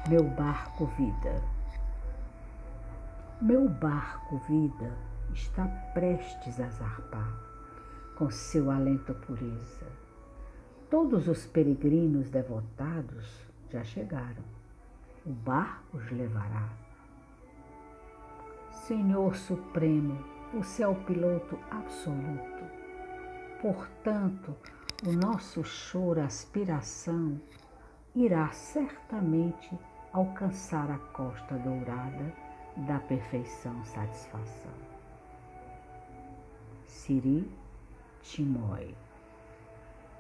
Meu barco vida. Meu barco vida está prestes a zarpar, com seu alento pureza. Todos os peregrinos devotados já chegaram. O barco os levará. Senhor Supremo, você é o piloto absoluto. Portanto, o nosso choro, aspiração, irá certamente alcançar a costa dourada da perfeição satisfação. Siri Timói.